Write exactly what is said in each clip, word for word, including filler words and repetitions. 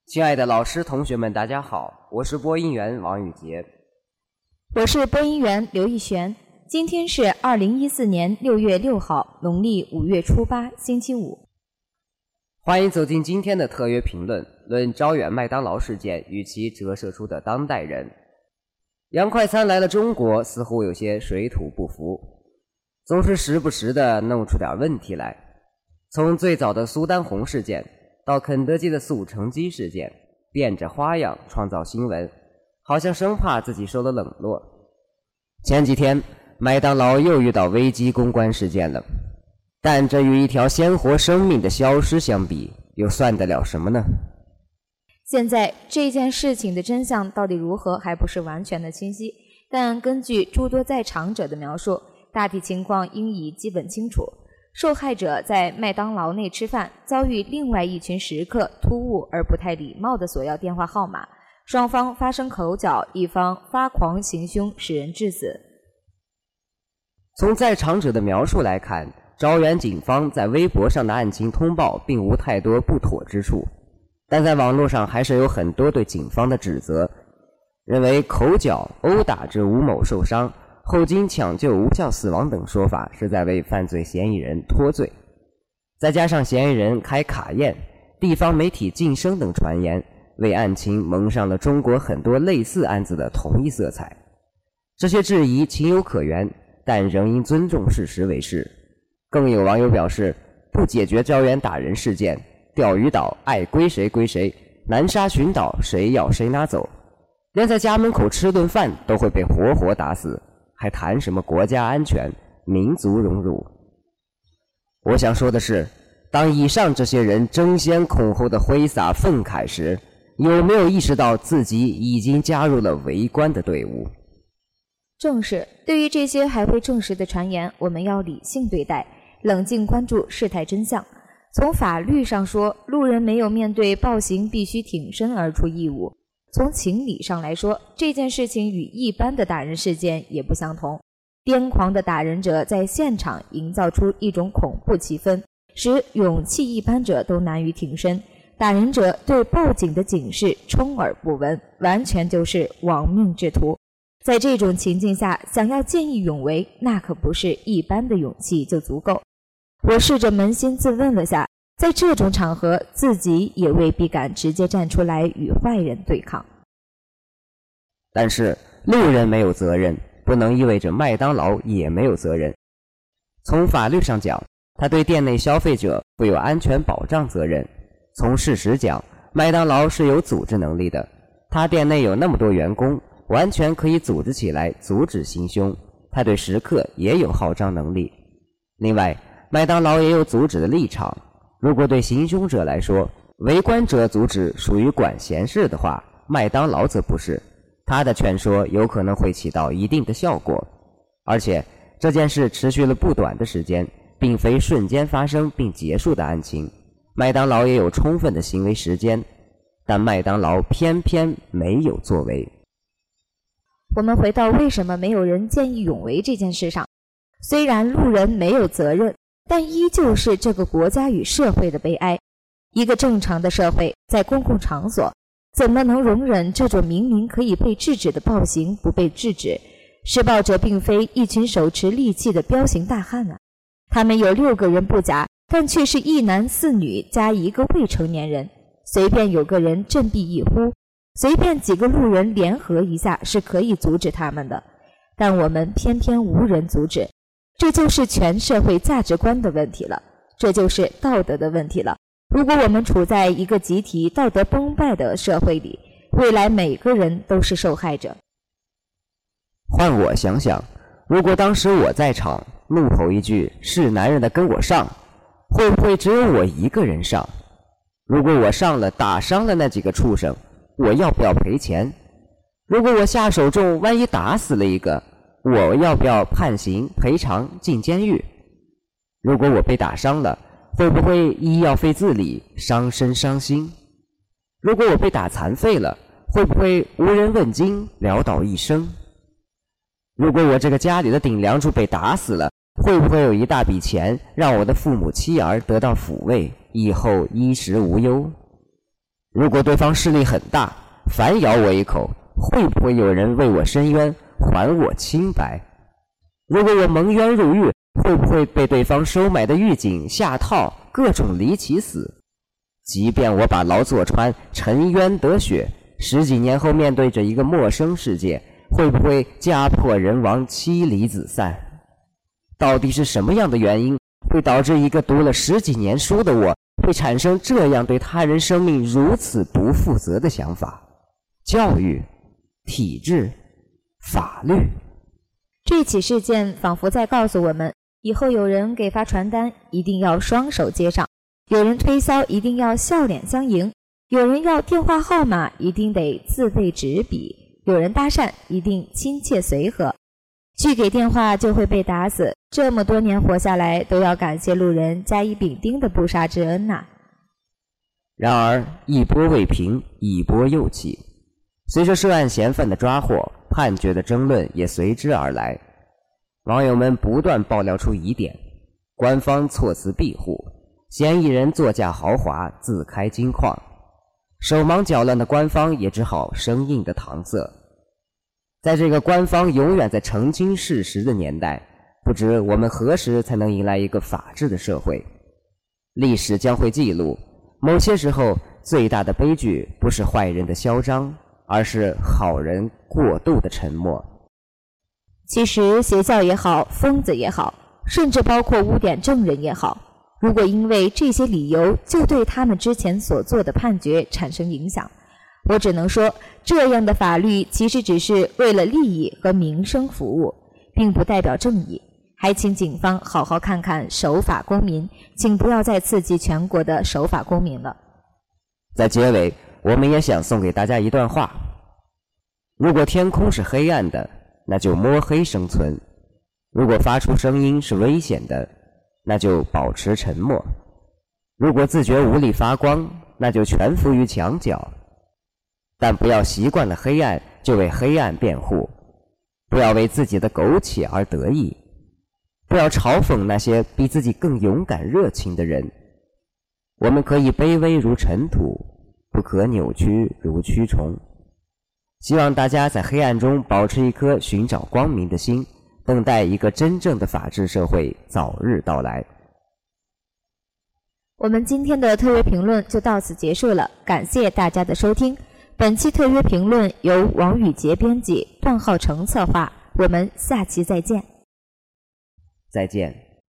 亲爱的老师同学们大家好，我是播音员王宇杰。 我是播音员刘逸璇。今天是二零一四年六月六号，农历五月初八，星期五。 欢迎走进今天的特约评论，论招远麦当劳事件与其折射出的当代人。洋快餐来了中国，似乎有些水土不服，总是时不时的弄出点问题来。从最早的苏丹红事件到肯德基的速成鸡事件，变着花样创造新闻，好像生怕自己受了冷落。前几天麦当劳又遇到危机公关事件了，但这与一条鲜活生命的消失相比，又算得了什么呢？ 现在这件事情的真相到底如何还不是完全的清晰，但根据诸多在场者的描述，大体情况应已基本清楚。受害者在麦当劳内吃饭，遭遇另外一群食客突兀而不太礼貌地索要电话号码，双方发生口角，一方发狂行凶，使人致死。 从在场者的描述来看，招远警方在微博上的案情通报并无太多不妥之处，但在网络上还是有很多对警方的指责，认为口角、殴打致吴某受伤，后经抢救无效死亡等说法是在为犯罪嫌疑人脱罪。再加上嫌疑人开卡宴、地方媒体晋升等传言，为案情蒙上了中国很多类似案子的同一色彩。这些质疑情有可原，但仍应尊重事实为是。更有网友表示，不解决招远打人事件，钓鱼岛爱归谁归谁，南沙群岛谁要谁拿走，连在家门口吃顿饭都会被活活打死，还谈什么国家安全、民族荣辱？我想说的是，当以上这些人争先恐后的挥洒愤慨时，有没有意识到自己已经加入了围观的队伍？ 正是，对于这些还未证实的传言，我们要理性对待，冷静关注事态真相。从法律上说，路人没有面对暴行必须挺身而出义务。从情理上来说，这件事情与一般的打人事件也不相同。癫狂的打人者在现场营造出一种恐怖气氛，使勇气一般者都难于挺身。打人者对报警的警示充耳不闻，完全就是亡命之徒。在这种情境下，想要见义勇为，那可不是一般的勇气就足够。我试着扪心自问了下，在这种场合，自己也未必敢直接站出来与坏人对抗。 但是路人没有责任，不能意味着麦当劳也没有责任。从法律上讲，他对店内消费者负有安全保障责任。从事实讲，麦当劳是有组织能力的，他店内有那么多员工，完全可以组织起来阻止行凶，他对食客也有号召能力。另外，麦当劳也有阻止的立场，如果对行凶者来说，围观者阻止属于管闲事的话，麦当劳则不是，他的劝说有可能会起到一定的效果。而且这件事持续了不短的时间，并非瞬间发生并结束的案情，麦当劳也有充分的行为时间，但麦当劳偏偏没有作为。 我们回到为什么没有人见义勇为这件事上，虽然路人没有责任，但依旧是这个国家与社会的悲哀。一个正常的社会，在公共场所，怎么能容忍这种明明可以被制止的暴行不被制止？施暴者并非一群手持利器的彪形大汉啊，他们有六个人不假，但却是一男四女加一个未成年人，随便有个人振臂一呼，随便几个路人联合一下是可以阻止他们的，但我们偏偏无人阻止。这就是全社会价值观的问题了，这就是道德的问题了。如果我们处在一个集体道德崩败的社会里，未来每个人都是受害者。 换我想想，如果当时我在场，怒吼一句是男人的跟我上，会不会只有我一个人上？如果我上了打伤了那几个畜生，我要不要赔钱？如果我下手重，万一打死了一个，我要不要判刑赔偿进监狱？如果我被打伤了，会不会医药费自理，伤身伤心？如果我被打残废了，会不会无人问津，潦倒一生？如果我这个家里的顶梁柱被打死了，会不会有一大笔钱让我的父母妻儿得到抚慰，以后衣食无忧？ 如果对方势力很大，反咬我一口，会不会有人为我伸冤，还我清白？如果我蒙冤入狱，会不会被对方收买的狱警下套，各种离奇死？即便我把牢坐穿，沉冤得雪，十几年后面对着一个陌生世界，会不会家破人亡，妻离子散？到底是什么样的原因会导致一个读了十几年书的我会产生这样对他人生命如此不负责的想法？教育、体制、法律。 这起事件仿佛在告诉我们，以后有人给发传单一定要双手接上，有人推销一定要笑脸相迎，有人要电话号码一定得自备纸笔，有人搭讪一定亲切随和。拒给电话就会被打死，这么多年活下来，都要感谢路人甲乙丙丁的不杀之恩呐、啊。 然而一波未平，一波又起，随着涉案嫌犯的抓获，判决的争论也随之而来。网友们不断爆料出疑点，官方措辞庇护，嫌疑人作价豪华，自开金矿，手忙脚乱的官方也只好生硬的搪塞。在这个官方永远在澄清事实的年代，不知我们何时才能迎来一个法治的社会。历史将会记录，某些时候最大的悲剧不是坏人的嚣张，而是好人过度的沉默。 其实邪教也好，疯子也好，甚至包括污点证人也好，如果因为这些理由就对他们之前所做的判决产生影响，我只能说，这样的法律其实只是为了利益和民生服务，并不代表正义。还请警方好好看看守法公民，请不要再刺激全国的守法公民了。 在结尾，我们也想送给大家一段话：如果天空是黑暗的，那就摸黑生存；如果发出声音是危险的，那就保持沉默；如果自觉无力发光，那就蜷伏于墙角。但不要习惯了黑暗就为黑暗辩护，不要为自己的苟且而得意，不要嘲讽那些比自己更勇敢热情的人。我们可以卑微如尘土，不可扭曲如蛆虫。希望大家在黑暗中保持一颗寻找光明的心，等待一个真正的法治社会早日到来。 我们今天的特约评论就到此结束了，感谢大家的收听。本期特约评论由王宇杰编辑，段浩成策划。我们下期再见。 再见。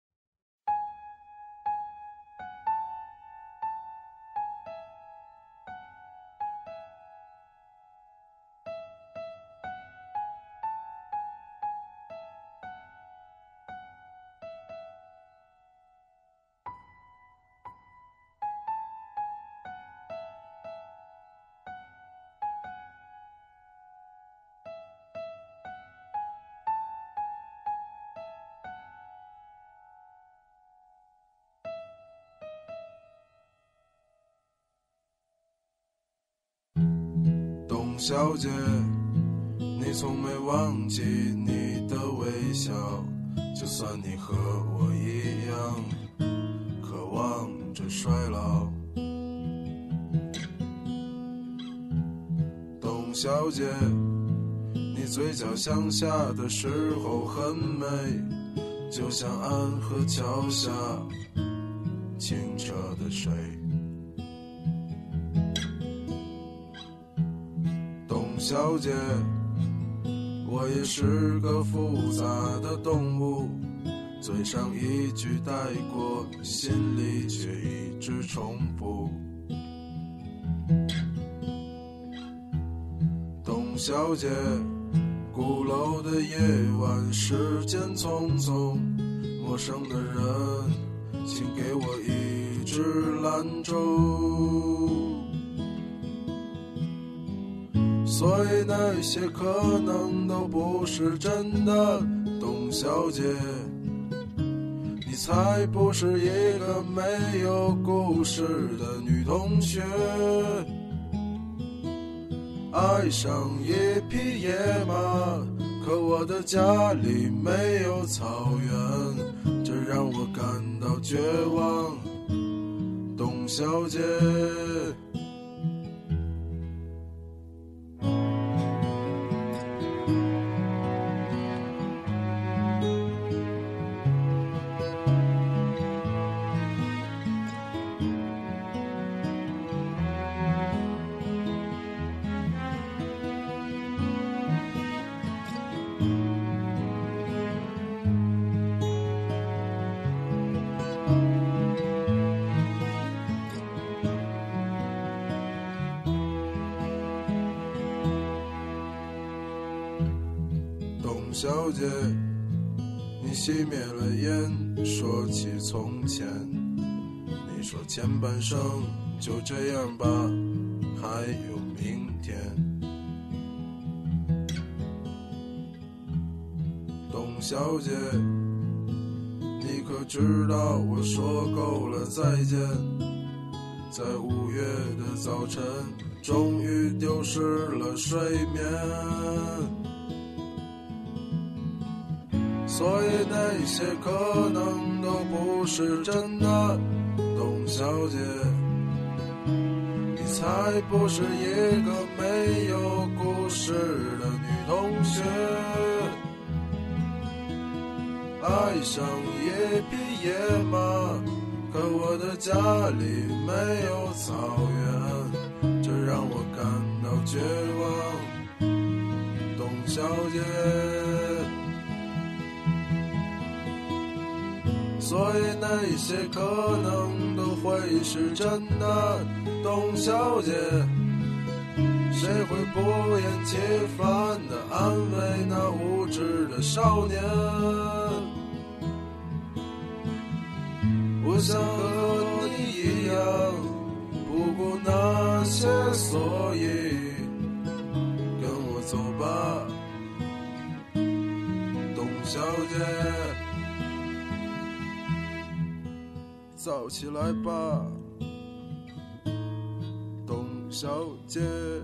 小姐，你从没忘记你的微笑，就算你和我一样渴望着衰老。董小姐，你嘴角向下的时候很美，就像安河桥下清澈的水。小姐，我也是个复杂的动物，嘴上一句带过，心里却一直重复。董小姐，鼓楼的夜晚，时间匆匆，陌生的人，请给我一支兰州。所以那些可能都不是真的，董小姐，你才不是一个没有故事的女同学。爱上一匹野马，可我的家里没有草原，这让我感到绝望。董小姐， 小姐，你熄灭了烟，说起从前，你说前半生就这样吧，还有明天。董小姐，你可知道我说够了再见，在五月的早晨终于丢失了睡眠，所以那些可能都不是真的。董小姐，你才不是一个没有故事的女同学，爱上一匹野马，可我的家里没有草原，这让我感到绝望。董小姐，所以那些可能都会是真的。董小姐，谁会不厌其烦地安慰那无知的少年？我想和你一样，不顾那些所以，跟我走吧，董小姐，早起来吧，董小姐。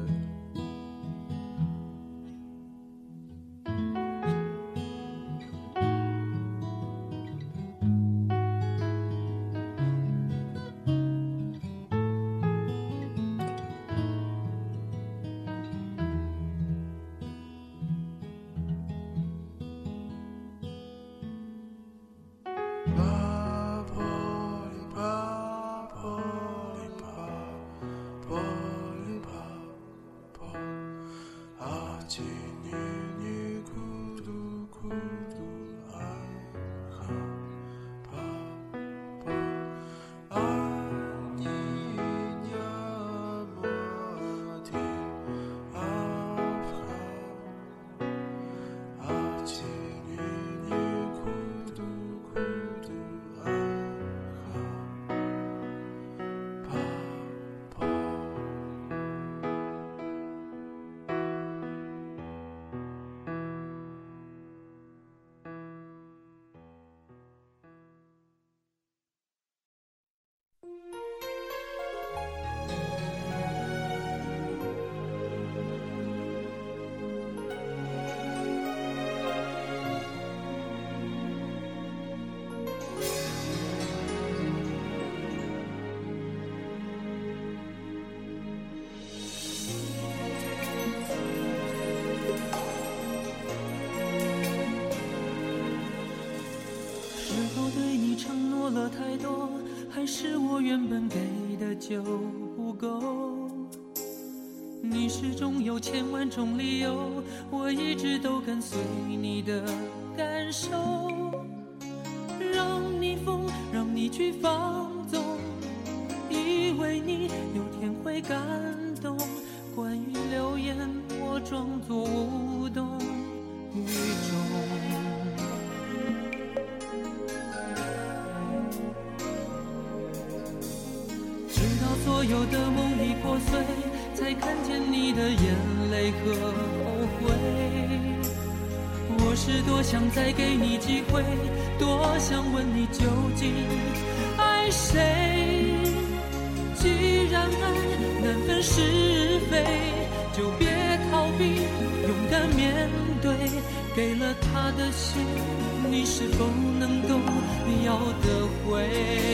了太多，还是我原本给的就不够。你始终有千万种理由，我一直都跟随你的感受，让你疯，让你去放纵，以为你有天会感动。关于流言，我装作无动于衷。所有的梦已破碎，才看见你的眼泪和后悔。我是多想再给你机会，多想问你究竟爱谁。既然爱难分是非，就别逃避，勇敢面对。给了他的心，你是否能够要得回？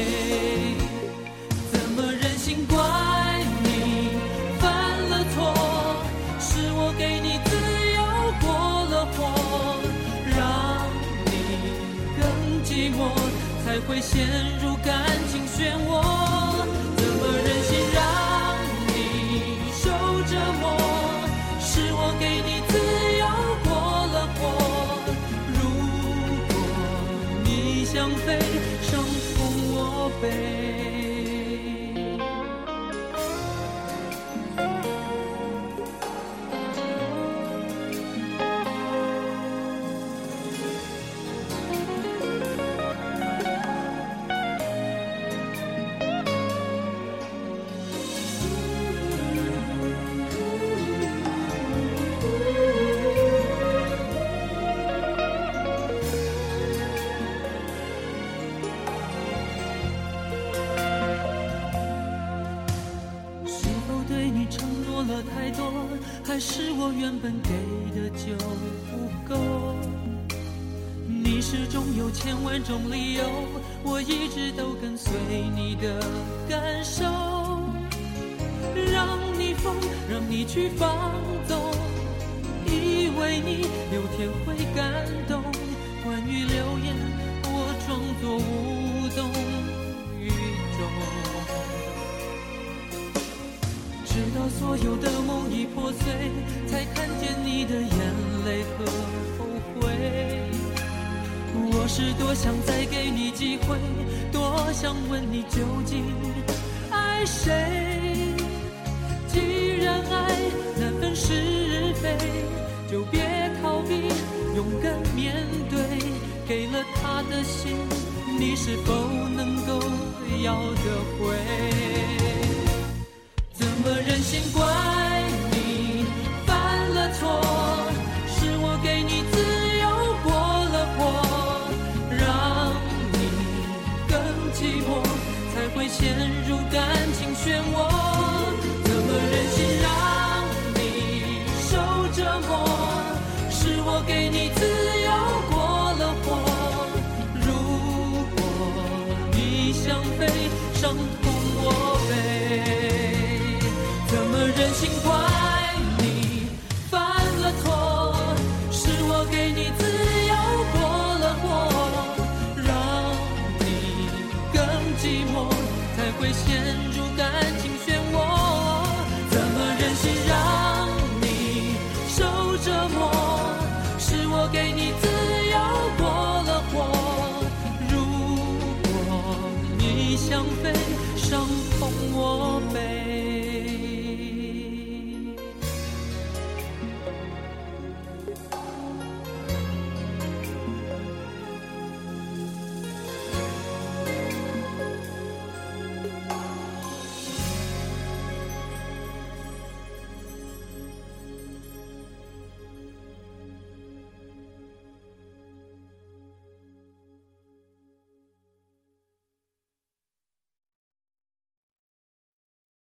请怪你犯了错，是我给你自由过了火，让你更寂寞，才会陷入感情漩涡。怎么忍心让你受折磨，是我给你自由过了火。如果你想飞，伤痛我背。 多，还是我原本给的就不够？你始终有千万种理由，我一直都跟随你的感受，让你疯，让你去放纵，以为你有天会感动。关于流言，我装作无动于衷，直到所有的梦已破碎，才看见你的眼泪和后悔。我是多想再给你机会，多想问你究竟爱谁。既然爱难分是非，就别逃避，勇敢面对。给了他的心，你是否能够要得回？怎么忍心怪你犯了错？是我给你自由过了火，让你更寂寞，才会陷入感情漩涡。怎么忍心让你受折磨？是我给你自由过了火，如果你想飞，伤痛我背。怎么忍心怪你犯了错？是我给你自由过了火，让你更寂寞，才会陷入感情漩涡。怎么忍心让你受折磨？是我给你自由过了火，如果你想飞，伤痛我